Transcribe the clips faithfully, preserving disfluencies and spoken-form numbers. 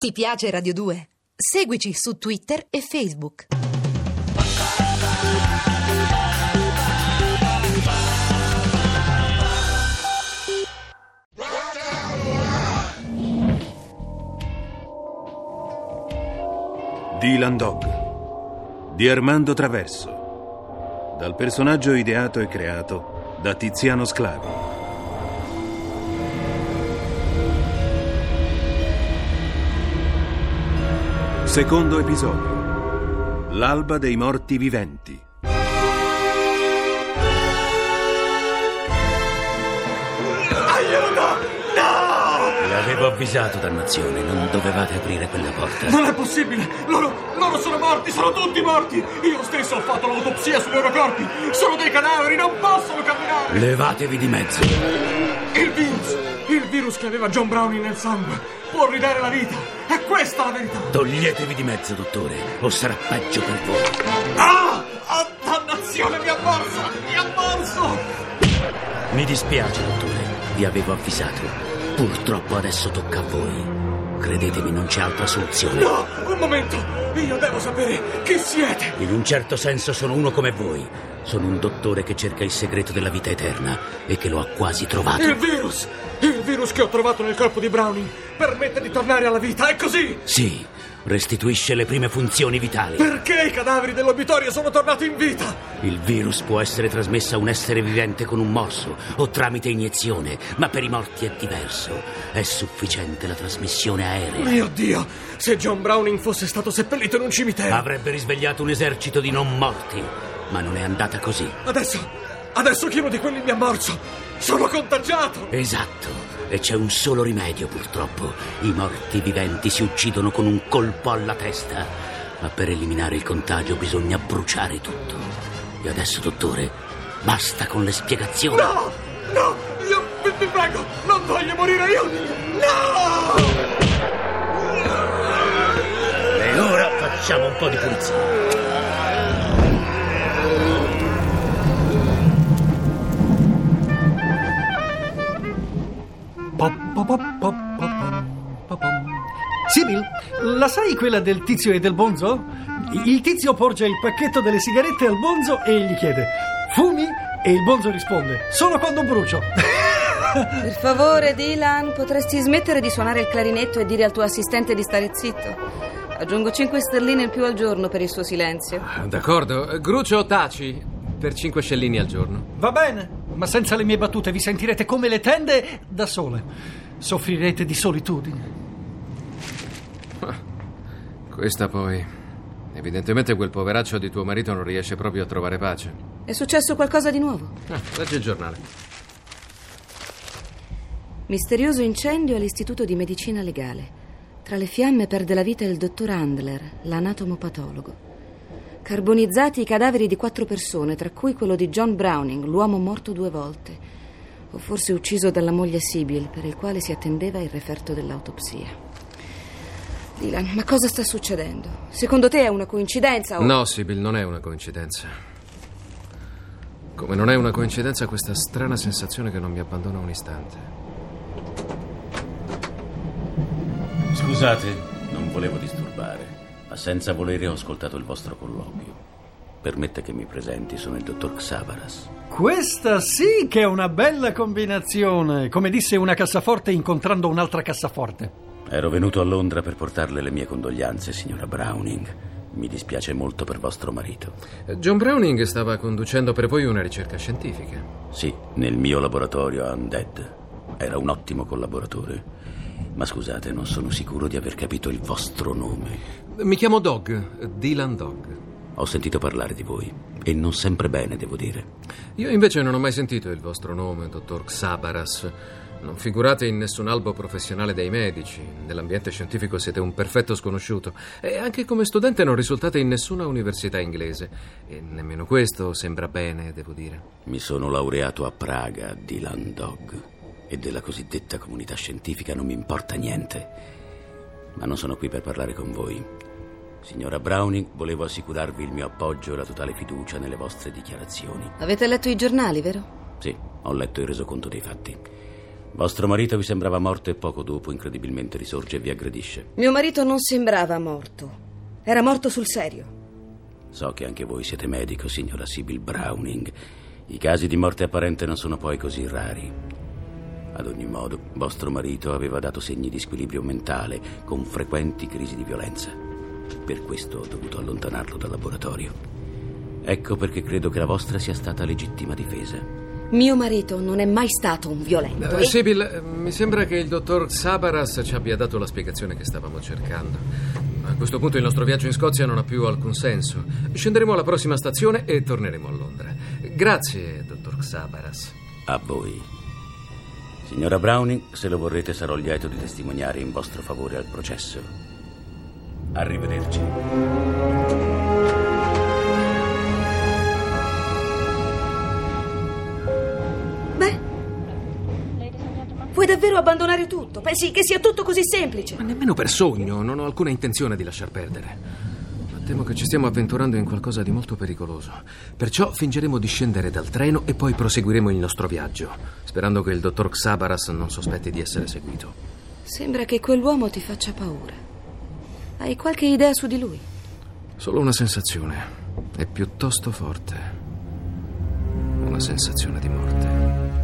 Ti piace Radio due? Seguici su Twitter e Facebook. Dylan Dog di Armando Traverso, dal personaggio ideato e creato da Tiziano Sclavi. Secondo episodio: L'alba dei morti viventi. Aiuto! No! L'avevo avvisato, dannazione, non dovevate aprire quella porta. Non è possibile! Loro, loro sono morti, sono tutti morti! Io stesso ho fatto l'autopsia sui loro corpi! Sono dei cadaveri, non possono camminare! Levatevi di mezzo! Il virus! Il virus che aveva John Browning nel sangue può ridare la vita! È questa la verità! Toglietevi di mezzo, dottore, o sarà peggio per voi! Ah! Oh, dannazione, mi ha morso! Mi ha morso! Mi dispiace, dottore, vi avevo avvisato. Purtroppo adesso tocca a voi. Credetemi, non c'è altra soluzione. No! Un momento! Io devo sapere chi siete! In un certo senso sono uno come voi. Sono un dottore che cerca il segreto della vita eterna e che lo ha quasi trovato. Il virus! Il virus che ho trovato nel corpo di Browning permette di tornare alla vita, è così? Sì, restituisce le prime funzioni vitali. Perché i cadaveri dell'obitorio sono tornati in vita? Il virus può essere trasmesso a un essere vivente con un morso o tramite iniezione, ma per i morti è diverso. È sufficiente la trasmissione aerea. Mio Dio, se John Browning fosse stato seppellito in un cimitero... Avrebbe risvegliato un esercito di non morti, ma non è andata così. Adesso, adesso chi uno di quelli mi ha morso. Sono contagiato! Esatto, e c'è un solo rimedio purtroppo. I morti viventi si uccidono con un colpo alla testa, ma per eliminare il contagio bisogna bruciare tutto. E adesso, dottore, basta con le spiegazioni. No, no, io vi, vi prego, non voglio morire io! No! E ora facciamo un po' di pulizia. Sibyl, la sai quella del tizio e del bonzo? Il tizio porge il pacchetto delle sigarette al bonzo e gli chiede: fumi? E il bonzo risponde: solo quando brucio. Per favore, Dylan, potresti smettere di suonare il clarinetto e dire al tuo assistente di stare zitto? Aggiungo cinque sterline in più al giorno per il suo silenzio. D'accordo, Grucio o taci per cinque scellini al giorno. Va bene, ma senza le mie battute vi sentirete come le tende da sole. Soffrirete di solitudine. Questa poi... Evidentemente quel poveraccio di tuo marito non riesce proprio a trovare pace. È successo qualcosa di nuovo? Ah, leggi il giornale. Misterioso incendio all'Istituto di Medicina Legale. Tra le fiamme perde la vita il dottor Handler, l'anatomopatologo. Carbonizzati i cadaveri di quattro persone, tra cui quello di John Browning, l'uomo morto due volte, o forse ucciso dalla moglie Sibyl, per il quale si attendeva il referto dell'autopsia. Dylan, ma cosa sta succedendo? Secondo te è una coincidenza o... No, Sibyl, non è una coincidenza. Come non è una coincidenza questa strana sensazione che non mi abbandona un istante. Scusate, non volevo disturbare, ma senza volere ho ascoltato il vostro colloquio. Permette che mi presenti, sono il dottor Xabaras. Questa sì che è una bella combinazione, come disse una cassaforte incontrando un'altra cassaforte. Ero venuto a Londra per portarle le mie condoglianze, signora Browning. Mi dispiace molto per vostro marito. John Browning stava conducendo per voi una ricerca scientifica. Sì, nel mio laboratorio a Undead. Era un ottimo collaboratore. Ma scusate, non sono sicuro di aver capito il vostro nome. Mi chiamo Dog, Dylan Dog. Ho sentito parlare di voi, e non sempre bene, devo dire. Io invece non ho mai sentito il vostro nome, dottor Xabaras. Non figurate in nessun albo professionale dei medici. Nell'ambiente scientifico siete un perfetto sconosciuto. E anche come studente non risultate in nessuna università inglese. E nemmeno questo sembra bene, devo dire. Mi sono laureato a Praga, Dylan Dog. E della cosiddetta comunità scientifica non mi importa niente. Ma non sono qui per parlare con voi. Signora Browning, volevo assicurarvi il mio appoggio e la totale fiducia nelle vostre dichiarazioni. Avete letto i giornali, vero? Sì, ho letto il resoconto dei fatti. Vostro marito vi sembrava morto e poco dopo, incredibilmente, risorge e vi aggredisce. Mio marito non sembrava morto. Era morto sul serio. So che anche voi siete medico, signora Sybil Browning. I casi di morte apparente non sono poi così rari. Ad ogni modo, vostro marito aveva dato segni di squilibrio mentale, con frequenti crisi di violenza. Per questo ho dovuto allontanarlo dal laboratorio. Ecco perché credo che la vostra sia stata legittima difesa. Mio marito non è mai stato un violento. Eh, Sybil, mi sembra che il dottor Sabaras ci abbia dato la spiegazione che stavamo cercando. A questo punto il nostro viaggio in Scozia non ha più alcun senso. Scenderemo alla prossima stazione e torneremo a Londra. Grazie, dottor Sabaras. A voi. Signora Browning, se lo vorrete sarò lieto di testimoniare in vostro favore al processo. Arrivederci. Vuoi davvero abbandonare tutto? Pensi che sia tutto così semplice? Ma nemmeno per sogno, non ho alcuna intenzione di lasciar perdere. Ma temo che ci stiamo avventurando in qualcosa di molto pericoloso. Perciò fingeremo di scendere dal treno e poi proseguiremo il nostro viaggio, sperando che il dottor Xabaras non sospetti di essere seguito. Sembra che quell'uomo ti faccia paura. Hai qualche idea su di lui? Solo una sensazione. È piuttosto forte. Una sensazione di morte.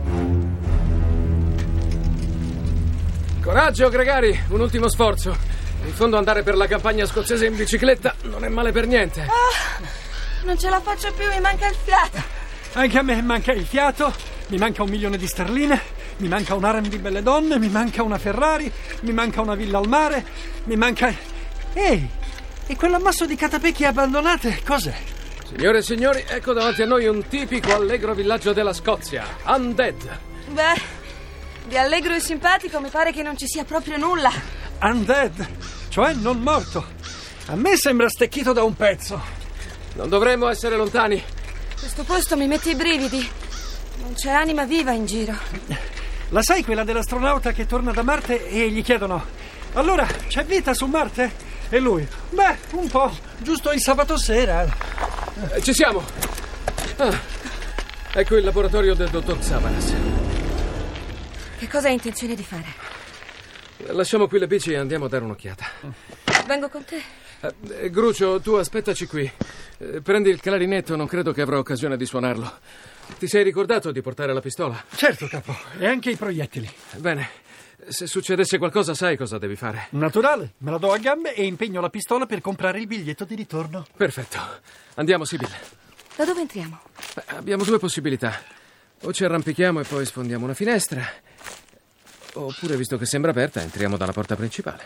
Coraggio, gregari, un ultimo sforzo. In fondo andare per la campagna scozzese in bicicletta non è male per niente. Oh, non ce la faccio più, mi manca il fiato. Anche a me manca il fiato, mi manca un milione di sterline, mi manca un harem di belle donne, mi manca una Ferrari, mi manca una villa al mare, mi manca... Ehi, e quell'ammasso di catapecchie abbandonate, cos'è? Signore e signori, ecco davanti a noi un tipico allegro villaggio della Scozia, Undead. Beh... di allegro e simpatico mi pare che non ci sia proprio nulla. Undead, cioè non morto. A me sembra stecchito da un pezzo. Non dovremmo essere lontani. Questo posto mi mette i brividi. Non c'è anima viva in giro. La sai quella dell'astronauta che torna da Marte e gli chiedono: allora, c'è vita su Marte? E lui: beh, un po', giusto il sabato sera. Eh, ci siamo. Ah, ecco il laboratorio del dottor Sabaras. Che cosa hai intenzione di fare? Lasciamo qui le bici e andiamo a dare un'occhiata. Vengo con te. Eh, Grucio, tu aspettaci qui. Eh, prendi il clarinetto, non credo che avrò occasione di suonarlo. Ti sei ricordato di portare la pistola? Certo, capo, e anche i proiettili. Bene, se succedesse qualcosa sai cosa devi fare. Naturale, me la do a gambe e impegno la pistola per comprare il biglietto di ritorno. Perfetto. Andiamo, Sybil. Da dove entriamo? Beh, abbiamo due possibilità. O ci arrampichiamo e poi sfondiamo una finestra, oppure, visto che sembra aperta, entriamo dalla porta principale.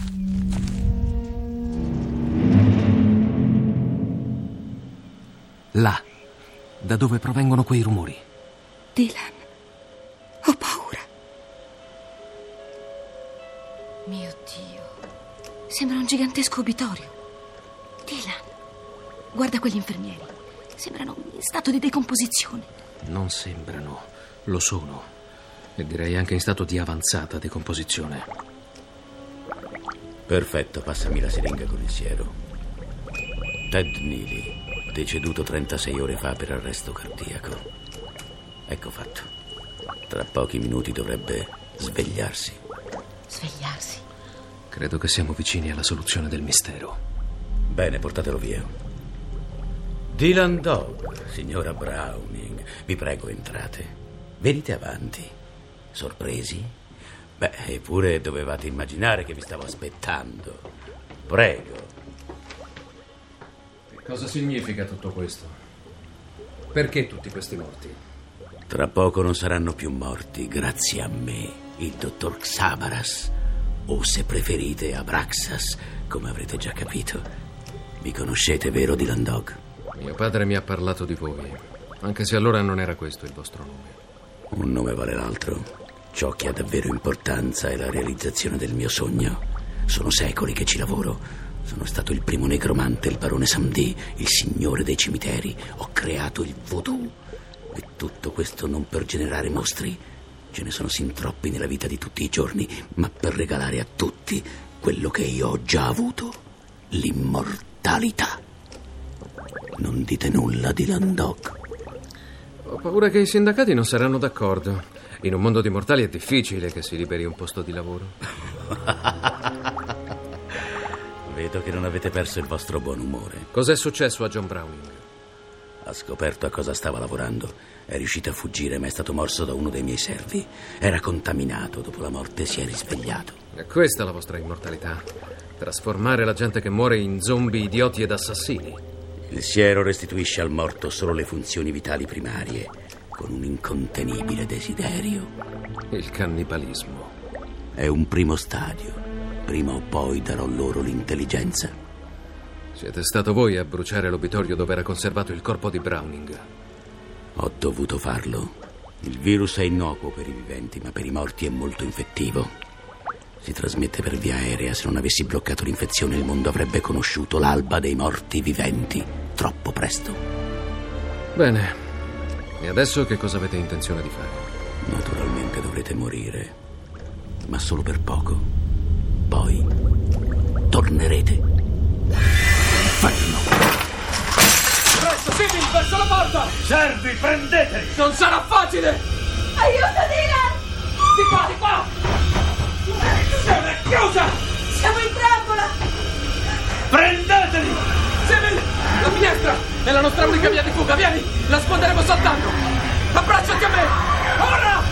Là, da dove provengono quei rumori. Dylan, ho paura. Mio Dio, sembra un gigantesco obitorio. Dylan, guarda quegli infermieri. Sembrano in stato di decomposizione. Non sembrano, lo sono. E direi anche in stato di avanzata decomposizione. Perfetto, passami la siringa con il siero. Ted Neely, deceduto trentasei ore fa per arresto cardiaco. Ecco fatto. Tra pochi minuti dovrebbe svegliarsi. Svegliarsi? Credo che siamo vicini alla soluzione del mistero. Bene, portatelo via. Dylan Dog, signora Browning, vi prego, entrate. Venite avanti. Sorpresi? Beh, eppure dovevate immaginare che vi stavo aspettando. Prego. Che cosa significa tutto questo? Perché tutti questi morti? Tra poco non saranno più morti, grazie a me, il dottor Xabaras, o se preferite Abraxas, come avrete già capito. Mi conoscete, vero, Dylan Dog? Mio padre mi ha parlato di voi, anche se allora non era questo il vostro nome. Un nome vale l'altro. Ciò che ha davvero importanza è la realizzazione del mio sogno. Sono secoli che ci lavoro. Sono stato il primo necromante, il barone Samdi, il signore dei cimiteri. Ho creato il voodoo. E tutto questo non per generare mostri. Ce ne sono sin troppi nella vita di tutti i giorni, ma per regalare a tutti quello che io ho già avuto: l'immortalità. Non dite nulla, Dylan Dog. Ho paura che i sindacati non saranno d'accordo. In un mondo di mortali è difficile che si liberi un posto di lavoro. Vedo che non avete perso il vostro buon umore. Cos'è successo a John Browning? Ha scoperto a cosa stava lavorando. È riuscito a fuggire, ma è stato morso da uno dei miei servi. Era contaminato, dopo la morte si è risvegliato. È questa la vostra immortalità? Trasformare la gente che muore in zombie idioti ed assassini? Il siero restituisce al morto solo le funzioni vitali primarie, con un incontenibile desiderio. Il cannibalismo. È un primo stadio. Prima o poi darò loro l'intelligenza. Siete stato voi a bruciare l'obitorio dove era conservato il corpo di Browning. Ho dovuto farlo. Il virus è innocuo per i viventi, ma per i morti è molto infettivo. Si trasmette per via aerea. Se non avessi bloccato l'infezione, il mondo avrebbe conosciuto l'alba dei morti viventi. Troppo presto. Bene. E adesso che cosa avete intenzione di fare? Naturalmente dovrete morire, ma solo per poco. Poi tornerete. Inferno! Presto, Sibyl, verso la porta! Servi, prendeteli! Non sarà facile! Aiuto, Dylan! Di qua, di qua! Maledizione, chiusa! Siamo in trappola! Prendeteli! Sibyl, la finestra è la nostra unica via di fuga, vieni! La sfonderemo saltando! Abbracciati a me! Ora!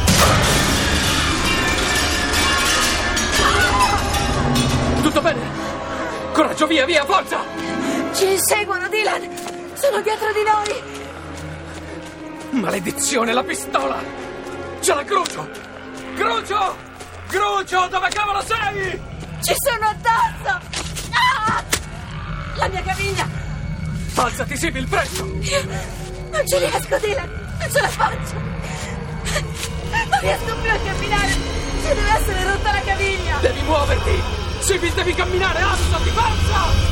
Tutto bene? Coraggio, via, via, forza! Ci inseguono, Dylan! Sono dietro di noi! Maledizione, la pistola! C'è la Crucio! Crucio! Crucio, dove cavolo sei? Ci sono addosso! Ah! La mia caviglia! Alzati, Sibyl, presto! Io non ci riesco, Dylan! Non ce la faccio! Non riesco più a camminare! Ci deve essere rotta la caviglia! Devi muoverti! Sibyl, devi camminare, alzati, forza!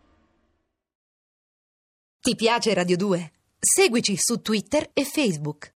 Ti piace Radio due? Seguici su Twitter e Facebook.